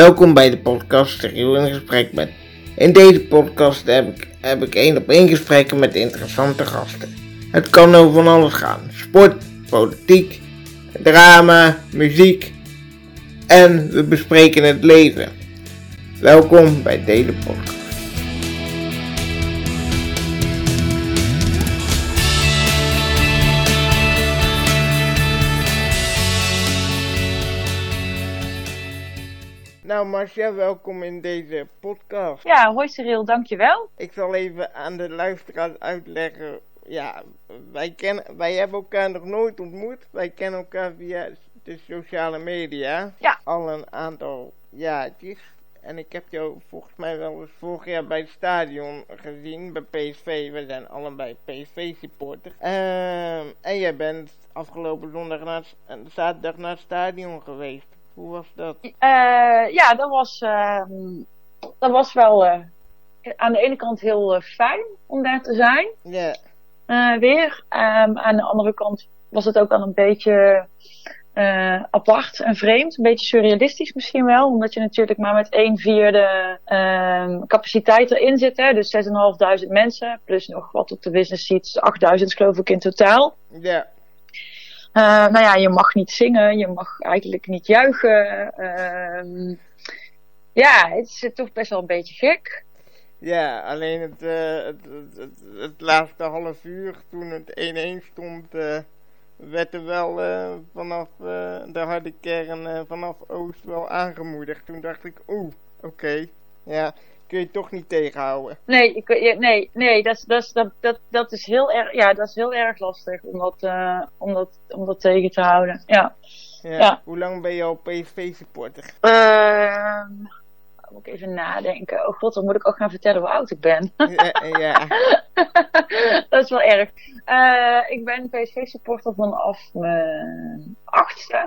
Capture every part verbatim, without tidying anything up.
Welkom bij de podcast Cyril in gesprek met. In deze podcast heb ik, heb ik één op één gesprekken met interessante gasten. Het kan over van alles gaan. Sport, politiek, drama, muziek en we bespreken het leven. Welkom bij deze podcast. Nou Marcia, welkom in deze podcast. Ja, hoi Cyril, dankjewel. Ik zal even aan de luisteraars uitleggen. Ja, wij, kennen, wij hebben elkaar nog nooit ontmoet. Wij kennen elkaar via de sociale media. Ja. Al een aantal jaartjes. En ik heb jou volgens mij wel eens vorig jaar bij het stadion gezien, bij P S V. We zijn allebei P S V-supporters. Uh, en jij bent afgelopen zondag naar het, zaterdag naar het stadion geweest. Hoe was dat? Uh, ja, dat was, uh, dat was wel uh, aan de ene kant heel uh, fijn om daar te zijn. Ja. Yeah. Uh, weer. Um, aan de andere kant was het ook wel een beetje uh, apart en vreemd. Een beetje surrealistisch misschien wel. Omdat je natuurlijk maar met een vierde uh, capaciteit erin zit. Hè? Dus zes en een half duizend mensen. Plus nog wat op de business seats. achtduizend geloof ik in totaal. Ja. Yeah. Uh, nou ja, je mag niet zingen, je mag eigenlijk niet juichen. Uh, ja, het is toch best wel een beetje gek. Ja, alleen het, uh, het, het, het, het laatste half uur, toen het één-één stond, uh, werd er wel uh, vanaf uh, de harde kern, uh, vanaf Oost wel aangemoedigd. Toen dacht ik, oeh, oké, okay, ja, kun je toch niet tegenhouden. Nee, ik, nee, nee, dat, dat, dat, dat, dat is heel erg, ja, dat is heel erg lastig om dat, uh, om dat, om dat tegen te houden. Ja. Ja. Ja. Hoe lang ben je al P S V-supporter? Uh, moet ik even nadenken. Oh god, dan moet ik ook gaan vertellen hoe oud ik ben. Ja. ja. Dat is wel erg. Uh, ik ben P S V-supporter vanaf mijn achtste.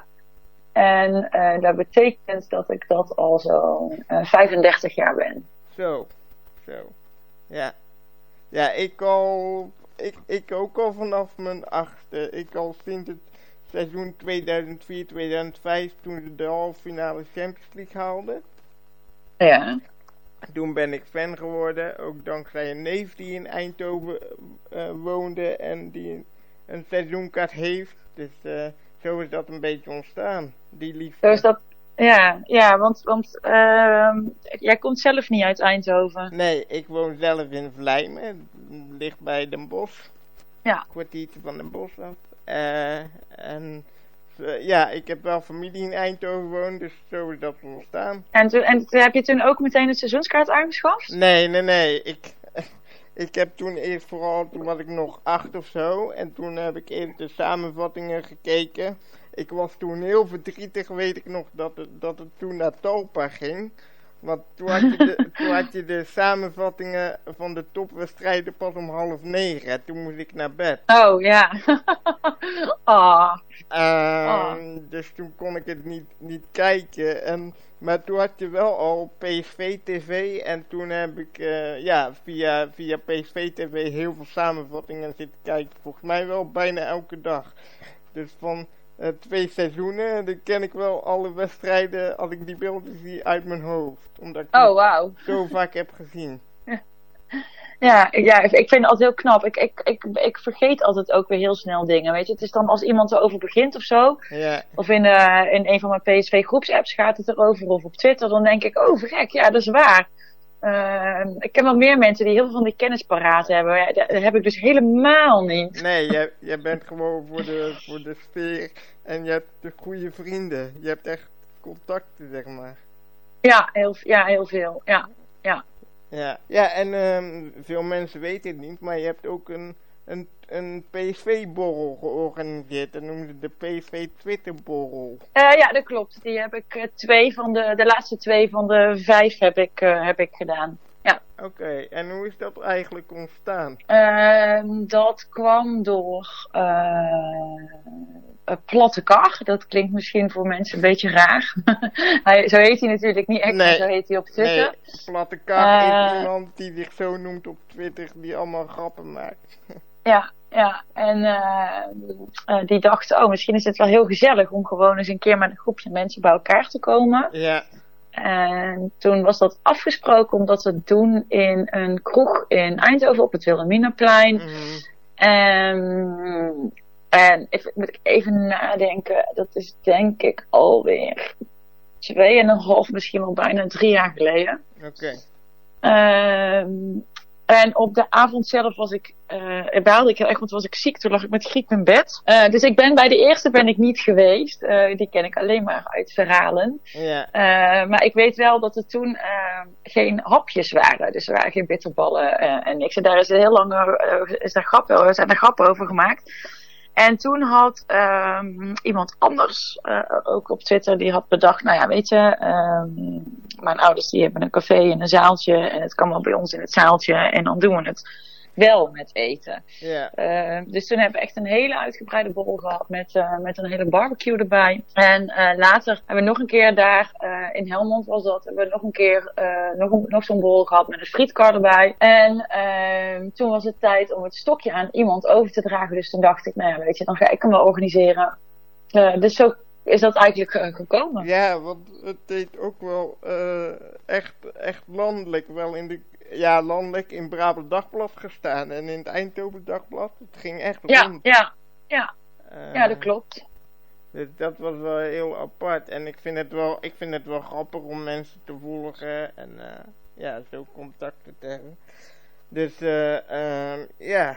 En uh, dat betekent dat ik dat al zo'n uh, vijfendertig jaar ben. Zo, zo. Ja. Ja, ik al, ik, ik ook al vanaf mijn achtste. Ik al sinds het seizoen tweeduizend vier tweeduizend vijf, toen ze de halve finale Champions League haalden. Ja. Toen ben ik fan geworden, ook dankzij een neef die in Eindhoven uh, woonde en die een seizoenkaart heeft. Dus uh, zo is dat een beetje ontstaan, die liefde. Zo is dat, ja, ja, want, want uh, jij komt zelf niet uit Eindhoven. Nee, ik woon zelf in Vlijmen, ligt bij Den Bosch. Ja. Een kwartiertje van Den Bosch af. Uh, en uh, ja, ik heb wel familie in Eindhoven wonen, dus zo is dat ontstaan. En, toen, en heb je toen ook meteen een seizoenskaart aangeschaft? Nee, nee, nee. Ik, ik heb toen eerst vooral, toen was ik nog acht of zo. En toen heb ik eerst de samenvattingen gekeken. Ik was toen heel verdrietig, weet ik nog, dat het, dat het toen naar Talpa ging. Want toen had, je de, toen had je de samenvattingen van de topwedstrijden pas om half negen. En toen moest ik naar bed. Oh, ja. oh. Uh, oh. Dus toen kon ik het niet, niet kijken. En, maar toen had je wel al P S V T V. En toen heb ik uh, ja, via, via P S V T V heel veel samenvattingen zitten kijken. Volgens mij wel bijna elke dag. Dus van uh, twee seizoenen, dan ken ik wel alle wedstrijden, als ik die beelden zie, uit mijn hoofd. Omdat ik oh, wow. zo vaak heb gezien. Ja, ja, ik vind het altijd heel knap. Ik, ik, ik, ik vergeet altijd ook weer heel snel dingen, weet je. Het is dan als iemand erover begint of zo. Ja. Of in, uh, in een van mijn P S V-groepsapps gaat het erover. Of op Twitter, dan denk ik, oh verrek, ja, dat is waar. Uh, ik ken wel meer mensen die heel veel van die kennis paraat hebben. Ja, dat heb ik dus helemaal niet. Nee, jij, jij bent gewoon voor de, voor de sfeer. En je hebt de goede vrienden. Je hebt echt contacten, zeg maar. Ja, heel, ja, heel veel. Ja, ja. Ja, ja en um, veel mensen weten het niet, maar je hebt ook een, een, een P S V-borrel georganiseerd. Dat noemen ze de P S V-Twitter-borrel. Uh, ja, dat klopt. Die heb ik uh, twee van de, de laatste twee van de vijf heb ik, uh, heb ik gedaan. Ja. Oké, okay. En hoe is dat eigenlijk ontstaan? Uh, dat kwam door uh, een platte kar. Dat klinkt misschien voor mensen een beetje raar. hij, zo heet hij natuurlijk niet echt, nee, zo heet hij op Twitter. Nee, platte kar uh, is iemand die zich zo noemt op Twitter, die allemaal grappen maakt. ja, ja. En uh, uh, die dacht, oh, misschien is het wel heel gezellig om gewoon eens een keer met een groepje mensen bij elkaar te komen. Ja. En toen was dat afgesproken om dat te doen in een kroeg in Eindhoven op het Wilhelminaplein. Mm. En, en even, moet ik even nadenken. Dat is denk ik alweer twee en een half, misschien wel bijna drie jaar geleden. Oké. Okay. Um, en op de avond zelf was ik, uh, baalde ik heel erg, want was ik ziek. Toen lag ik met griep in bed. Uh, dus ik ben bij de eerste ben ik niet geweest. Uh, die ken ik alleen maar uit verhalen. Yeah. Uh, maar ik weet wel dat er toen uh, geen hapjes waren. Dus er waren geen bitterballen uh, en niks. En daar is heel lang uh, is daar grappen, zijn er grappen over gemaakt. En toen had um, iemand anders, uh, ook op Twitter, die had bedacht, nou ja, weet je, um, mijn ouders die hebben een café en een zaaltje en het kan wel bij ons in het zaaltje en dan doen we het wel met eten. Yeah. Uh, dus toen hebben we echt een hele uitgebreide borrel gehad met, uh, met een hele barbecue erbij. En uh, later hebben we nog een keer daar, uh, in Helmond was dat, hebben we nog een keer uh, nog, een, nog zo'n borrel gehad met een frietkar erbij. En uh, toen was het tijd om het stokje aan iemand over te dragen. Dus toen dacht ik, nou ja, weet je, dan ga ik hem wel organiseren. Uh, dus zo is dat eigenlijk uh, gekomen. Ja, want het deed ook wel uh, echt, echt landelijk wel in de... Ja, landelijk in Brabant Dagblad gestaan en in het Eindhoven Dagblad. Het ging echt ja, rond. Ja, ja. Uh, ja, dat klopt. Dus dat was wel heel apart. En ik vind het wel, ik vind het wel grappig om mensen te volgen en uh, ja, zo contacten te hebben. Dus uh, uh, ja,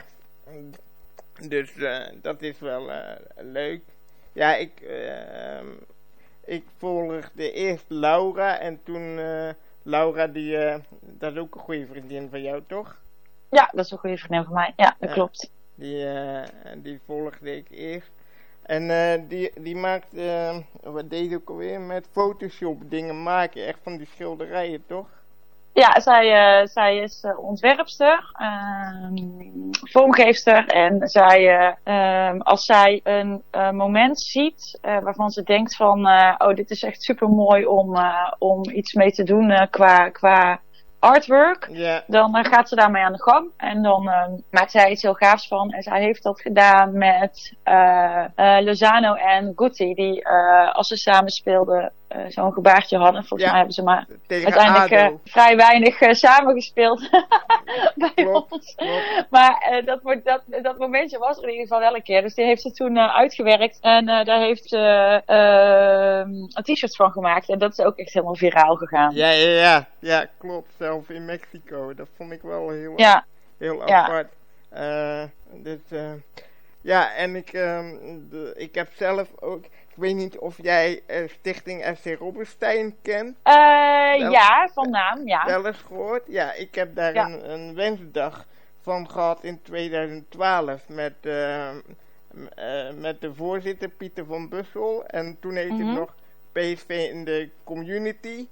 dus uh, dat is wel uh, leuk. Ja, ik, uh, ik volgde eerst Laura en toen... Uh, Laura, die, uh, dat is ook een goede vriendin van jou, toch? Ja, dat is een goede vriendin van mij. Ja, dat ja, klopt. Die, uh, die volgde ik eerst. En uh, die, die maakt, uh, wat deed ik ook alweer? Met Photoshop dingen maken. Echt van die schilderijen, toch? Ja, zij, uh, zij is uh, ontwerpster, uh, vormgeefster en zij, uh, um, als zij een uh, moment ziet uh, waarvan ze denkt van, uh, oh, dit is echt super mooi om, uh, om iets mee te doen uh, qua, qua artwork, yeah. dan uh, gaat ze daarmee aan de gang en dan uh, maakt zij iets heel gaafs van. En zij heeft dat gedaan met uh, uh, Lozano en Guti, die uh, als ze samen speelden uh, zo'n gebaartje hadden. Volgens ja. mij hebben ze maar tegen uiteindelijk uh, vrij weinig uh, samengespeeld bij klopt, ons. Klopt. Maar uh, dat, dat, dat momentje was er in ieder geval wel een keer. Dus die heeft ze toen uh, uitgewerkt en uh, daar heeft ze uh, uh, een t-shirt van gemaakt. En dat is ook echt helemaal viraal gegaan. Ja, ja, ja, ja, klopt. Zelf in Mexico. Dat vond ik wel heel, ja. heel ja. apart. Uh, dus, uh, ja, en ik, um, de, ik heb zelf ook... Ik weet niet of jij uh, Stichting F C Robbenstein kent. Uh, wel, ja, van naam, ja. Wel eens gehoord? Ja, ik heb daar ja. een, een wensdag van gehad in tweeduizend twaalf met, uh, uh, met de voorzitter Pieter van Bussel. En toen heette mm-hmm. het nog P S V in de Community.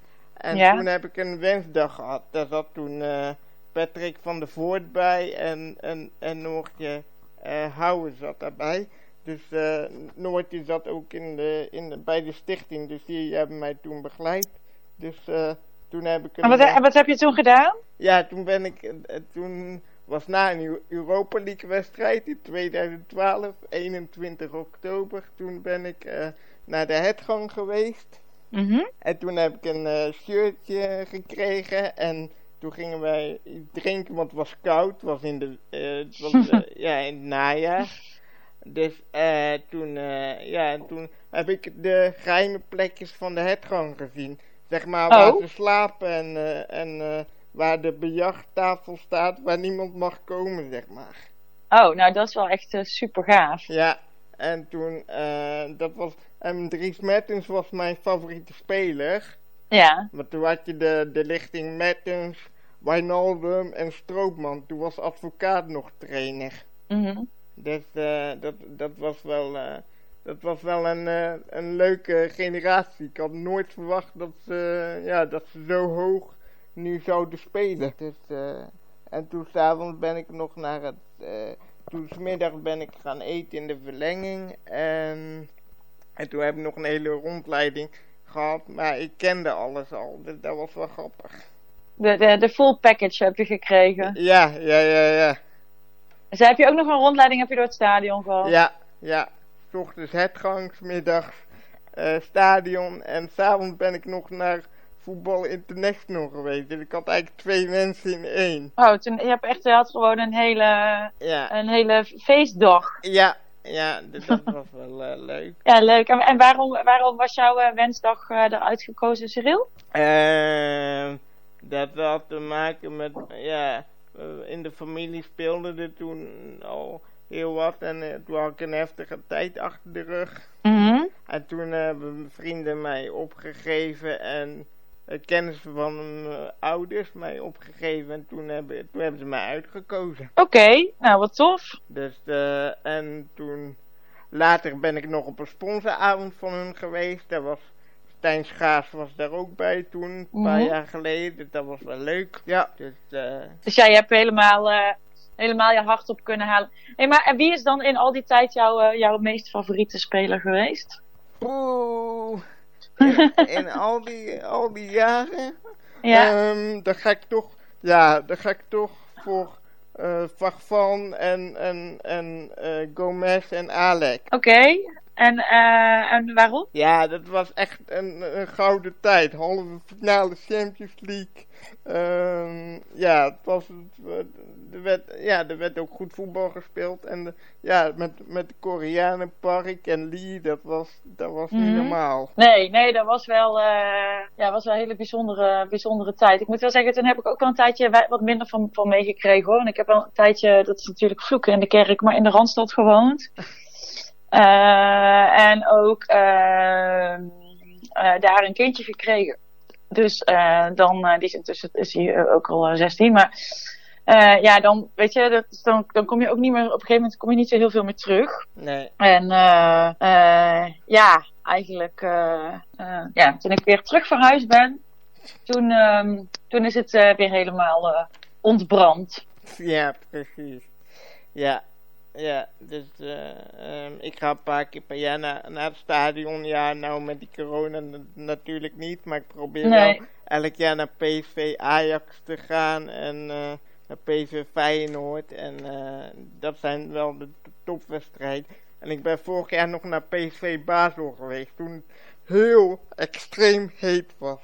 En ja. toen heb ik een wensdag gehad. Daar zat toen uh, Patrick van der Voort bij en, en, en Noortje uh, Houwen zat daarbij. Dus uh, Noortje zat ook in de, in de, bij de stichting, dus die hebben mij toen begeleid. Dus uh, toen heb ik... Een, en wat, uh, wat heb je toen gedaan? Ja, toen ben ik... Uh, toen was na een Europa League wedstrijd in tweeduizend twaalf, eenentwintig oktober. Toen ben ik uh, naar de Hetgang geweest. Mm-hmm. En toen heb ik een uh, shirtje gekregen en toen gingen wij drinken, want het was koud. Het was in, de, uh, het was, uh, ja, in het najaar. Dus uh, toen, uh, ja, toen heb ik de geheime plekjes van de Hetgang gezien. Zeg maar waar oh. ze slapen en, uh, en uh, waar de bejachtafel staat, waar niemand mag komen, zeg maar. Oh, nou dat is wel echt uh, super gaaf. Ja, en toen, uh, dat was, en Dries Mertens was mijn favoriete speler. Ja. Want toen had je de, de lichting Mertens, Wijnaldum en Stroopman. Toen was advocaat nog trainer. Mm-hmm. Dus uh, dat, dat was wel, uh, dat was wel een, uh, een leuke generatie. Ik had nooit verwacht dat ze, uh, ja, dat ze zo hoog nu zouden spelen. Dus, uh, en toen s'avonds ben ik nog naar het... Uh, toen 's middag ben ik gaan eten in de verlenging. En, en toen heb ik nog een hele rondleiding gehad. Maar ik kende alles al. Dus dat was wel grappig. De, de, de full package heb je gekregen. Ja, ja, ja, ja. Dus heb je ook nog een rondleiding heb je door het stadion gehad? Ja, ja. 's Ochtends Hetgang, 's middags uh, stadion. En s'avonds ben ik nog naar Voetbal International geweest. Dus ik had eigenlijk twee mensen in één. Oh, toen, je hebt echt, je had gewoon een hele, Ja. een hele feestdag. Ja, ja, d- dat was wel uh, leuk. Ja, leuk. En, en waarom, waarom was jouw uh, wensdag uh, eruit gekozen, Cyril? Uh, dat had te maken met, ja, uh, in de familie speelde er toen al heel wat. En uh, toen had ik een heftige tijd achter de rug. Mm-hmm. En toen hebben mijn vrienden mij opgegeven en uh, kennissen van mijn ouders mij opgegeven. En toen hebben, toen hebben ze mij uitgekozen. Oké, okay, nou wat tof. Dus, uh, en toen, later ben ik nog op een sponsoravond van hun geweest. Daar was, Stijn Schaars was daar ook bij toen, een paar mm-hmm. jaar geleden. Dus dat was wel leuk. Ja, dus, uh, dus jij hebt helemaal, uh, helemaal je hart op kunnen halen. Hey, maar en wie is dan in al die tijd jouw, uh, jouw meest favoriete speler geweest? Oeh, in, in al, die, al die jaren, ja. um, dan ga ik toch, ja, dan ga ik toch voor uh, Farfan en, en, en uh, Gomez en Alec. Oké, okay. en, uh, en waarom? Ja, dat was echt een, een gouden tijd. Halve finale Champions League. Um, ja, het was, er werd, ja, er werd ook goed voetbal gespeeld. En de, ja, met, met de Koreanen, Park en Lee, dat was, dat was mm-hmm. niet normaal. Nee, nee, dat was wel, uh, ja, was wel een hele bijzondere, bijzondere tijd. Ik moet wel zeggen, toen heb ik ook wel een tijdje wat minder van, van meegekregen hoor. En ik heb wel een tijdje, dat is natuurlijk vloeken in de kerk, maar in de Randstad gewoond. Uh, en ook uh, uh, daar een kindje gekregen. Dus uh, dan, uh, die is intussen is hij uh, ook al uh, zestien. Maar uh, ja, dan weet je, dat, dan, dan kom je ook niet meer, op een gegeven moment kom je niet zo heel veel meer terug. Nee. En uh, uh, ja, eigenlijk, uh, uh, ja, toen ik weer terug verhuisd ben, toen, um, toen is het uh, weer helemaal uh, ontbrand. Ja, precies. Ja. Ja, dus uh, um, ik ga een paar keer per jaar naar, naar het stadion. Ja, nou met die corona n- natuurlijk niet. Maar ik probeer nee. wel elk jaar naar P S V Ajax te gaan. En uh, naar P S V Feyenoord. En uh, dat zijn wel de t- topwedstrijden. En ik ben vorig jaar nog naar P S V Basel geweest. Toen het heel extreem heet was.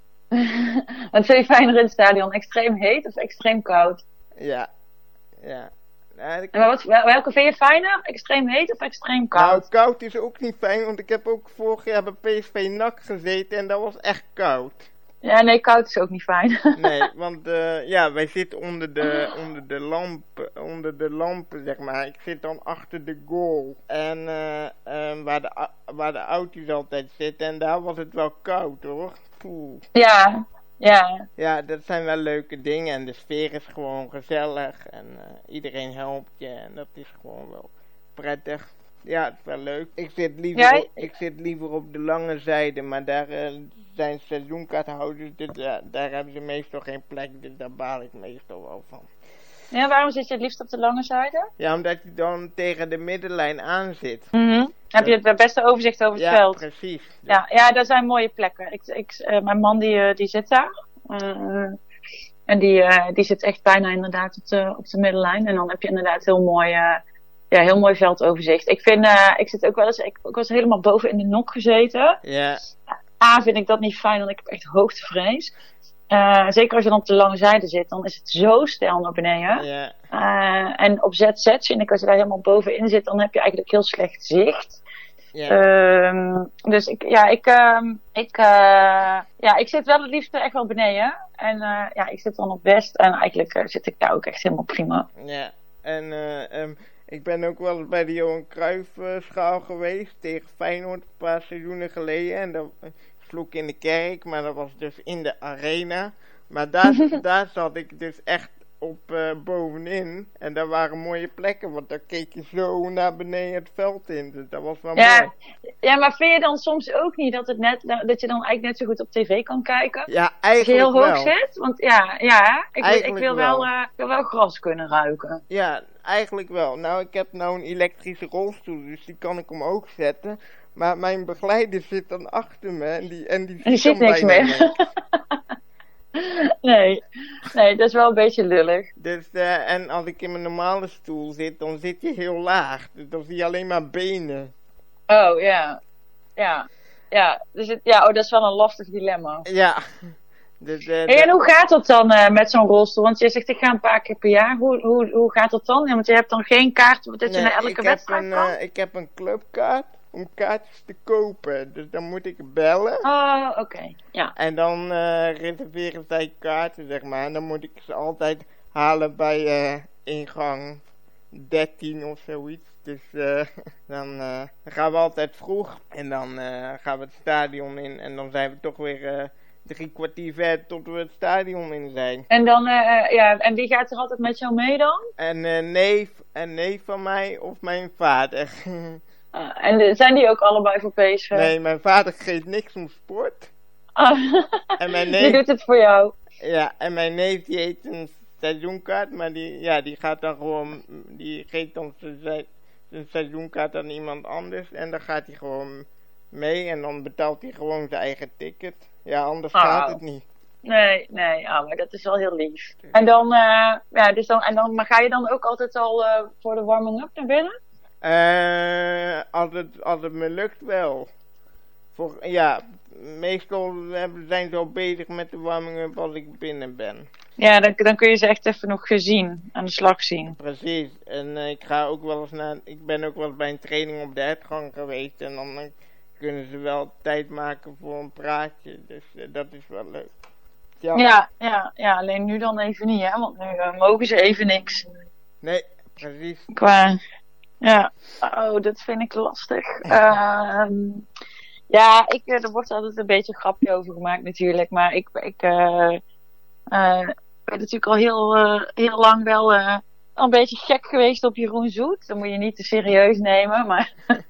Wat vind je fijner in het stadion? Extreem heet of extreem koud? Ja, ja. Nou, ik... Maar wat, welke vind je fijner? Extreem heet of extreem koud? Nou, koud is ook niet fijn, want ik heb ook vorig jaar bij P S V N A C gezeten en dat was echt koud. Ja, nee, koud is ook niet fijn. Nee, want uh, ja, wij zitten onder de, onder de lampen, onder de lampen, zeg maar. Ik zit dan achter de goal. En uh, um, waar, de, waar de auto's altijd zitten en daar was het wel koud, hoor. Poeh. Ja. Ja. Ja, dat zijn wel leuke dingen en de sfeer is gewoon gezellig en uh, iedereen helpt je en dat is gewoon wel prettig. Ja, het is wel leuk. Ik zit liever, ja, op, ik zit liever op de lange zijde, maar daar uh, zijn seizoenkaarthouders, dus uh, daar hebben ze meestal geen plek, dus daar baal ik meestal wel van. Ja, waarom zit je het liefst op de lange zijde? Ja, omdat je dan tegen de middenlijn aan zit. Mm-hmm. Heb je het beste overzicht over het ja, veld? Ja, precies. Ja, ja, dat zijn mooie plekken. Ik, ik, uh, mijn man die, uh, die zit daar. Uh, en die, uh, die zit echt bijna inderdaad op de, op de middenlijn. En dan heb je inderdaad heel mooi, uh, ja, heel mooi veldoverzicht. Ik vind, uh, ik zit ook wel eens, ik, ik was helemaal boven in de nok gezeten. Ja. A, vind ik dat niet fijn, want ik heb echt hoogtevrees. Uh, zeker als je dan op de lange zijde zit, dan is het zo steil naar beneden. Ja. Uh, en op Z Z vind ik, als je daar helemaal bovenin zit, dan heb je eigenlijk heel slecht zicht. Ja. Um, dus ik, ja, ik, um, ik, uh, ja, ik zit wel het liefst echt wel beneden. En uh, ja, ik zit dan op best. En eigenlijk uh, zit ik daar ook echt helemaal prima. Ja, en uh, um, ik ben ook wel eens bij de Johan Cruijff uh, schaal geweest tegen Feyenoord een paar seizoenen geleden. En dat uh, sloeg in de kerk, maar dat was dus in de arena. Maar daar, daar zat ik dus echt op uh, bovenin. En daar waren mooie plekken, want daar keek je zo naar beneden het veld in. Dus dat was wel ja, mooi. Ja, maar vind je dan soms ook niet dat, het net, dat je dan eigenlijk net zo goed op tv kan kijken? Ja, eigenlijk als je heel hoog wel. zit? Want ja, ja ik, ik wil wel, wel. Uh, ik wil wel gras kunnen ruiken. Ja, eigenlijk wel. Nou, ik heb nou een elektrische rolstoel, dus die kan ik omhoog zetten. Maar mijn begeleider zit dan achter me en die, en die, en die ziet niks meer. nee, nee, dat is wel een beetje lullig. Dus, uh, en als ik in mijn normale stoel zit, dan zit je heel laag. Dus dan zie je alleen maar benen. Oh, ja. Ja. ja. Dus het, ja, oh, dat is wel een lastig dilemma. Ja. Dus, uh, Hey, en hoe gaat dat dan uh, met zo'n rolstoel? Want je zegt, ik ga een paar keer per jaar. Hoe, hoe, hoe gaat dat dan? Ja, want je hebt dan geen kaart dat je nee, naar elke ik wedstrijd heb kan? een, uh, ik heb een clubkaart om kaartjes te kopen. Dus dan moet ik bellen. Oh, oké. Okay. Ja. En dan uh, reserveren zij kaarten, zeg maar. En dan moet ik ze altijd halen bij uh, ingang dertien of zoiets. Dus uh, dan uh, gaan we altijd vroeg. En dan uh, gaan we het stadion in. En dan zijn we toch weer... Uh, drie kwartier ver tot we het stadion in zijn. En dan, uh, ja, en wie gaat er altijd met jou mee dan? En uh, neef, een neef van mij of mijn vader. uh, en de, zijn die ook allebei voor P S V? Nee, mijn vader geeft niks om sport. Uh, en mijn neef, die doet het voor jou. Ja, en mijn neef die heeft een seizoenkaart, maar die, ja, die gaat dan gewoon, die geeft dan zijn, zijn seizoenkaart aan iemand anders en dan gaat hij gewoon mee en dan betaalt hij gewoon zijn eigen ticket. Ja, anders oh. gaat het niet. Nee, nee, oh, maar dat is wel heel lief. En dan, uh, ja, dus dan, en dan, maar ga je dan ook altijd al uh, voor de warming-up naar binnen? Uh, als, het, als het me lukt wel. Voor, ja, meestal zijn ze al bezig met de warming-up als ik binnen ben. Ja, dan, dan kun je ze echt even nog gezien, aan de slag zien. Precies. En uh, ik ga ook wel eens naar, ik ben ook wel eens bij een training op de uitgang geweest en dan... Uh, kunnen ze wel tijd maken voor een praatje. Dus uh, dat is wel leuk. Ja. Ja, ja, ja, alleen nu dan even niet, hè. Want nu uh, mogen ze even niks. Nee, precies. Qua... Ja. Oh, dat vind ik lastig. Uh, ja, ik, er wordt altijd een beetje een grapje over gemaakt natuurlijk. Maar ik, ik uh, uh, ben natuurlijk al heel, uh, heel lang wel... Uh, een beetje gek geweest op Jeroen Zoet. Dat moet je niet te serieus nemen. Maar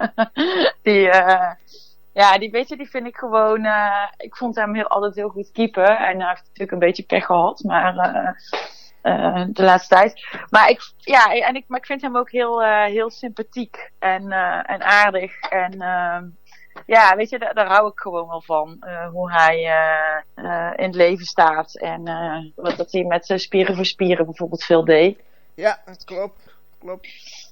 die, uh, ja, die, weet je, die vind ik gewoon... Uh, ik vond hem heel, altijd heel goed keeper. En hij heeft natuurlijk een beetje pech gehad. Maar uh, uh, de laatste tijd. Maar ik, ja, en ik, maar ik vind hem ook heel, uh, heel sympathiek. En, uh, en aardig. En uh, ja, weet je, daar, daar hou ik gewoon wel van. Uh, hoe hij uh, uh, in het leven staat. En uh, wat dat hij met uh, spieren voor spieren bijvoorbeeld veel deed. Ja, dat klopt. klopt.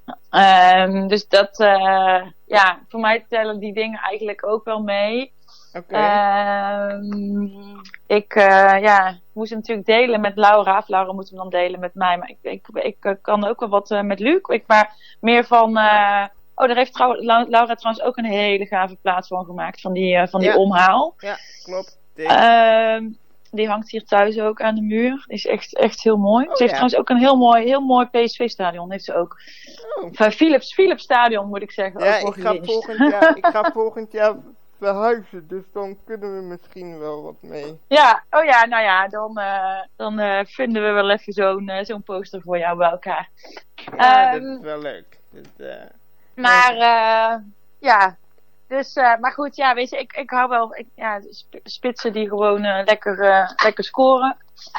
Um, dus dat, uh, ja, voor mij tellen die dingen eigenlijk ook wel mee. Oké. Okay. Um, ik, uh, ja, moest hem natuurlijk delen met Laura. Of Laura moet hem dan delen met mij. Maar ik, ik, ik, ik kan ook wel wat uh, met Luc. Ik, maar meer van... Uh, oh, daar heeft trouw, Laura trouwens ook een hele gave plaat van gemaakt. Van die, uh, van die ja. omhaal. Ja, klopt. Um, Die hangt hier thuis ook aan de muur. Die is echt, echt heel mooi. Oh, ze heeft ja. trouwens ook een heel mooi, heel mooi P S V-stadion. Heeft ze ook. Oh. Enfin, Philips, Philips Stadion moet ik zeggen. Ja, ook ik ga, volgend jaar, ik ga volgend jaar verhuizen. Dus dan kunnen we misschien wel wat mee. Ja, oh ja, nou ja. Dan, uh, dan uh, vinden we wel even zo'n, uh, zo'n poster voor jou bij elkaar. Ja, um, dat is wel leuk. Dus, uh, maar, uh, ja... Dus, uh, maar goed, ja, weet je, ik, ik hou wel, ik, ja, spitsen die gewoon uh, lekker, uh, lekker scoren.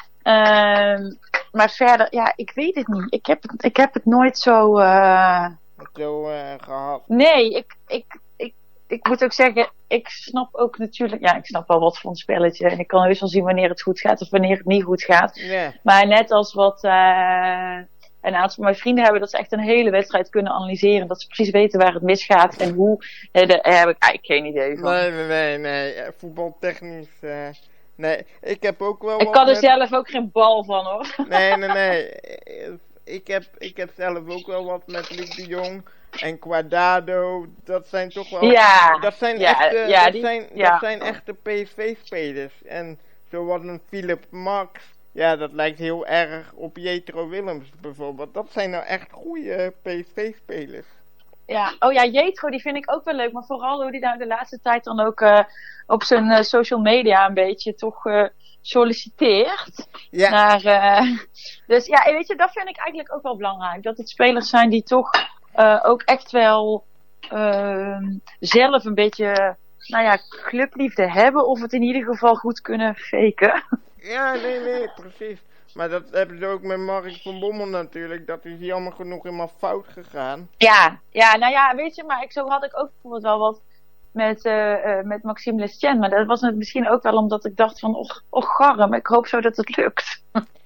Uh, maar verder, ja, ik weet het niet. Ik heb het, ik heb het nooit zo, uh... zo uh, gehad. Nee, ik, ik, ik, ik moet ook zeggen, ik snap ook natuurlijk, ja, ik snap wel wat van een spelletje. En ik kan heus wel zien wanneer het goed gaat of wanneer het niet goed gaat. Yeah. Maar net als wat... Uh, een aantal van mijn vrienden hebben dat ze echt een hele wedstrijd kunnen analyseren. Dat ze precies weten waar het misgaat en hoe. Nee, daar heb ik eigenlijk geen idee van. Nee, nee, nee. nee. Voetbaltechnisch. Uh, nee, ik heb ook wel. Ik wat kan er met... zelf ook geen bal van hoor. Nee, nee, nee. Ik heb, ik heb zelf ook wel wat met Luc de Jong en Quadrado. Dat zijn toch wel. Ja, dat zijn ja, echte. ja, dat, die, zijn, ja. dat zijn echte P S V-spelers. En zoals een Philip Max. Ja, dat lijkt heel erg op Jetro Willems bijvoorbeeld. Dat zijn nou echt goede P S V-spelers. Ja, oh ja, Jetro, die vind ik ook wel leuk. Maar vooral hoe die nou de laatste tijd dan ook uh, op zijn uh, social media een beetje toch uh, solliciteert. Ja. Naar, uh, dus ja, weet je, dat vind ik eigenlijk ook wel belangrijk. Dat het spelers zijn die toch uh, ook echt wel uh, zelf een beetje, nou ja, clubliefde hebben. Of het in ieder geval goed kunnen faken. Ja, nee, nee, precies. Maar dat hebben ze ook met Mark van Bommel natuurlijk. Dat is jammer genoeg helemaal fout gegaan. Ja, ja, nou ja, weet je, maar ik, zo had ik ook bijvoorbeeld wel wat met, uh, uh, met Maxime Lestien. Maar dat was het misschien ook wel omdat ik dacht van, och, och garm, ik hoop zo dat het lukt.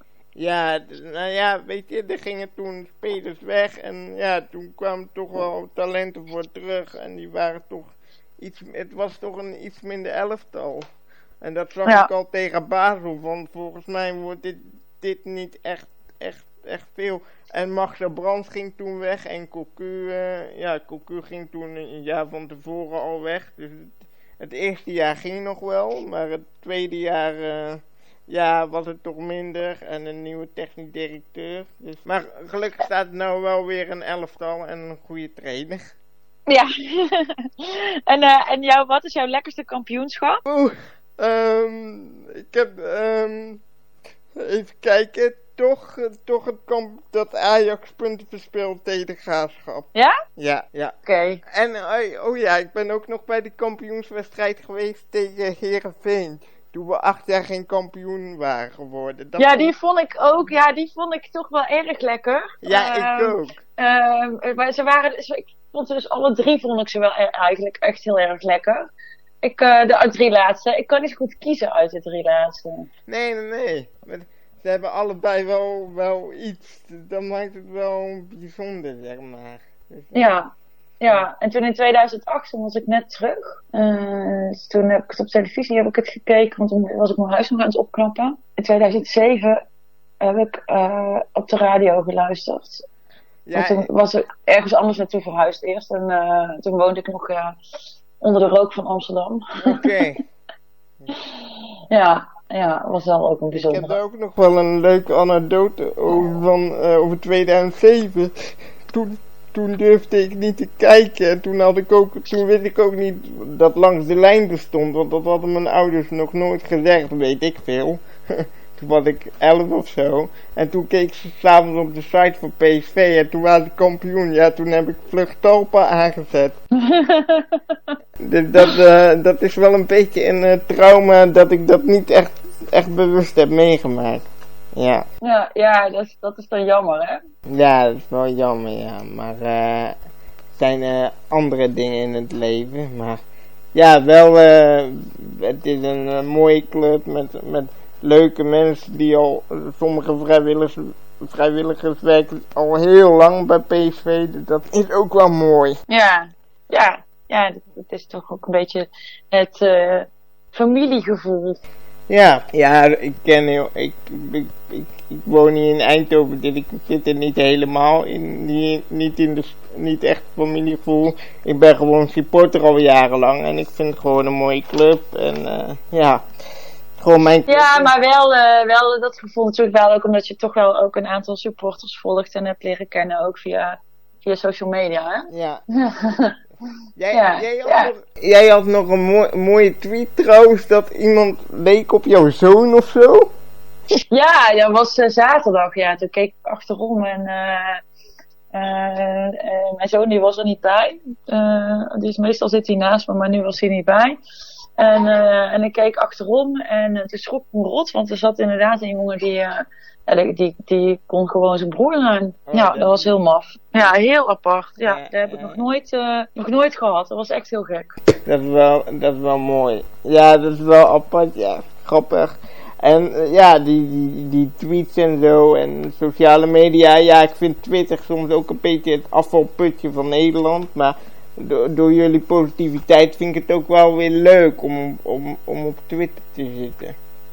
Ja, nou ja, weet je, er gingen toen spelers weg. En ja, toen kwamen toch wel talenten voor terug. En die waren toch iets, het was toch een iets minder elftal. En dat zag Ja. ik al tegen Basel, want volgens mij wordt dit, dit niet echt, echt, echt veel. En Marcel Brands ging toen weg en Cocu, eh, ja, Cocu ging toen een jaar van tevoren al weg. Dus het, het eerste jaar ging nog wel, maar het tweede jaar, eh, ja, was het toch minder. En een nieuwe technisch directeur. Dus, maar gelukkig staat het nou wel weer een elftal en een goede trainer. Ja. en uh, en jou, wat is jouw lekkerste kampioenschap? Oeh, um, ik heb, um, even kijken, toch, uh, toch het kamp dat Ajax punten verspeelt tegen de Graafschap. Ja? Ja, ja. Oké. Okay. En, uh, oh ja, ik ben ook nog bij de kampioenswedstrijd geweest tegen Heerenveen. Toen we acht jaar geen kampioen waren geworden. Dat ja, vond... die vond ik ook, ja, die vond ik toch wel erg lekker. Ja, uh, ik ook. Uh, maar ze waren, dus, ik vond ze dus alle drie vond ik ze wel er, eigenlijk echt heel erg lekker. Ik, uh, de drie laatste, ik kan niet goed kiezen uit de drie laatste. Nee, nee, nee. Maar ze hebben allebei wel, wel iets. Dat maakt het wel bijzonder, zeg maar. Dus, ja. Ja, en toen in tweeduizend acht toen was ik net terug. Uh, dus toen heb ik het op televisie heb ik het gekeken, want toen was ik mijn huis nog aan het opknappen. In tweeduizend zeven heb ik uh, op de radio geluisterd. Ja, want toen was ik ergens anders naartoe verhuisd eerst. En uh, toen woonde ik nog uh, onder de rook van Amsterdam. Oké. Okay. ja, ja, was wel ook een bijzondere. Ik heb daar ook nog wel een leuke anekdote over, van, uh, over tweeduizend zeven. Toen... Toen durfde ik niet te kijken en toen had ik ook, toen wist ik ook niet dat langs de lijn bestond, want dat hadden mijn ouders nog nooit gezegd, weet ik veel. Toen was ik elf of zo en toen keek ze s'avonds op de site van P S V en toen was ik kampioen. Ja, toen heb ik Vlucht Talpa aangezet. dus dat, uh, dat is wel een beetje een uh, trauma dat ik dat niet echt, echt bewust heb meegemaakt. Ja, ja, ja dat, dat is dan jammer, hè? Ja, dat is wel jammer, ja. Maar uh, er zijn uh, andere dingen in het leven. Maar ja, wel, uh, het is een uh, mooie club met, met leuke mensen die al, sommige vrijwilligers, vrijwilligers werken al heel lang bij P S V. Dus dat is ook wel mooi. Ja, ja, ja, het is toch ook een beetje het uh, familiegevoel. Ja, ja, ik ken heel, ik, ik, ik, ik woon hier in Eindhoven, dus ik zit er niet helemaal in, niet, niet in de, niet echt familiegevoel. Ik ben gewoon supporter al jarenlang en ik vind het gewoon een mooie club en uh, ja, gewoon mijn club. Ja, maar wel, uh, wel dat gevoel natuurlijk wel ook omdat je toch wel ook een aantal supporters volgt en hebt leren kennen ook via, via social media, hè? Ja. Jij, ja, jij, had ja. nog, jij had nog een mooi, mooie tweet trouwens dat iemand leek op jouw zoon of zo? Ja, dat was uh, zaterdag. Ja, toen keek ik achterom en uh, uh, uh, mijn zoon die was er niet bij. Uh, dus meestal zit hij naast me, maar nu was hij niet bij. En, uh, en ik keek achterom en uh, toen schrok ik me rot, want er zat inderdaad een jongen die... Uh, Ja, die, die, die kon gewoon zijn broer aan. Oh, ja, dat was heel maf. Ja, heel apart. Ja, ja dat heb ik uh, nog, nooit, uh, nog nooit gehad. Dat was echt heel gek. Dat is wel, dat is wel mooi. Ja, dat is wel apart. Ja, grappig. En uh, ja, die, die, die tweets en zo en sociale media. Ja, ik vind Twitter soms ook een beetje het afvalputje van Nederland. Maar do, door jullie positiviteit vind ik het ook wel weer leuk om, om, om op Twitter te zitten.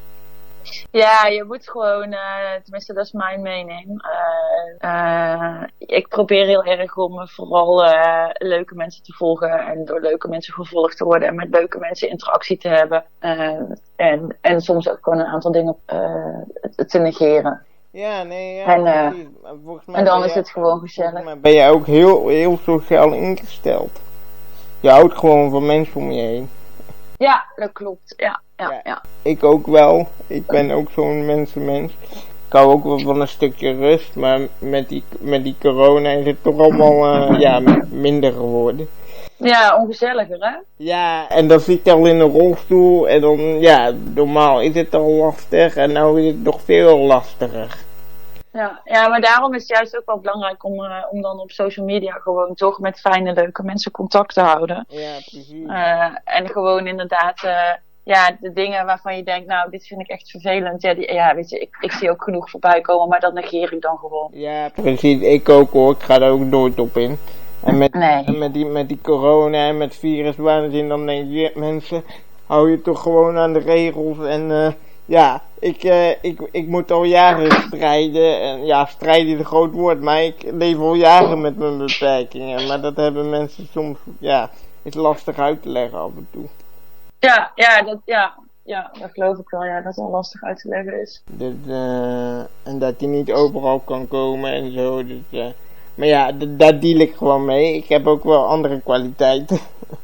Ja, je moet gewoon, uh, tenminste dat is mijn mening. Uh, uh, ik probeer heel erg om vooral uh, leuke mensen te volgen en door leuke mensen gevolgd te worden en met leuke mensen interactie te hebben. Uh, en, en soms ook gewoon een aantal dingen uh, te negeren. Ja, nee, ja. En, uh, volgens mij en dan is jij, het gewoon gezellig. Maar ben jij ook heel, heel sociaal ingesteld? Je houdt gewoon van mensen om je heen. Ja, dat klopt. Ja, ja, ja, ja. Ik ook wel. Ik ben ook zo'n mensenmens. Ik hou ook wel van een stukje rust. Maar met die, met die corona is het toch allemaal uh, ja, minder geworden. Ja, ongezelliger hè? Ja, en dan zit je al in een rolstoel. En dan, ja, normaal is het al lastig. En nou is het nog veel lastiger. Ja, ja, maar daarom is het juist ook wel belangrijk om, uh, om dan op social media gewoon toch met fijne, leuke mensen contact te houden. Ja, precies. Uh, en gewoon inderdaad, uh, ja, de dingen waarvan je denkt, nou, dit vind ik echt vervelend. Ja, die, ja weet je, ik, ik zie ook genoeg voorbij komen, maar dat negeer ik dan gewoon. Ja, precies. Ik ook hoor. Ik ga er ook nooit op in. En met, Nee. en met, die, met die corona en met viruswaanzin, dan denk je, mensen, hou je toch gewoon aan de regels. En uh, ja, ik, uh, ik, ik moet al jaren strijden. En ja, strijden is een groot woord, maar ik leef al jaren met mijn beperkingen. Maar dat hebben mensen soms, ja, is lastig uit te leggen af en toe. Ja, ja, dat, ja, ja, dat geloof ik wel, ja, dat het wel lastig uit te leggen is. Dat, uh, en dat je niet overal kan komen en zo. Dus, uh, maar ja, d- daar deal ik gewoon mee. Ik heb ook wel andere kwaliteiten.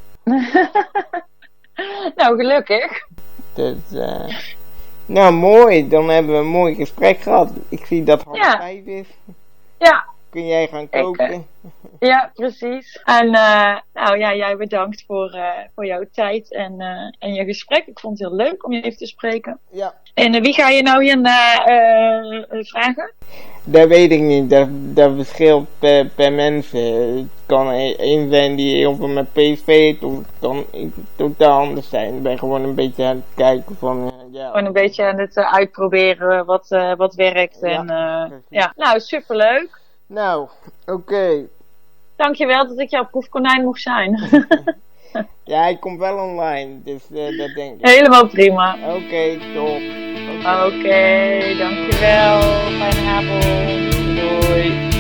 Nou, gelukkig. Dus, uh, nou mooi, dan hebben we een mooi gesprek gehad. Ik zie dat het half Ja. vijf is. Ja. Kun jij gaan koken? Ja, precies. En uh, nou ja, jij bedankt voor, uh, voor jouw tijd en, uh, en je gesprek. Ik vond het heel leuk om je even te spreken. Ja. En uh, wie ga je nou hierna uh, uh, vragen? Dat weet ik niet. Dat, dat verschilt per, per mensen. Het kan een zijn die heel veel met P S V heeft, of het kan iets totaal anders zijn. Ik ben gewoon een beetje aan het kijken van, uh, ja. Gewoon een beetje aan het uh, uitproberen wat, uh, wat werkt. Ja, en, uh, ja. Nou, superleuk. Nou, oké. Okay. Dankjewel dat ik jouw proefkonijn mocht zijn. Ja, hij komt wel online, dus uh, dat denk ik. Helemaal prima. Oké, okay, top. Oké, okay. Okay, dankjewel. Fijne avond. Doei.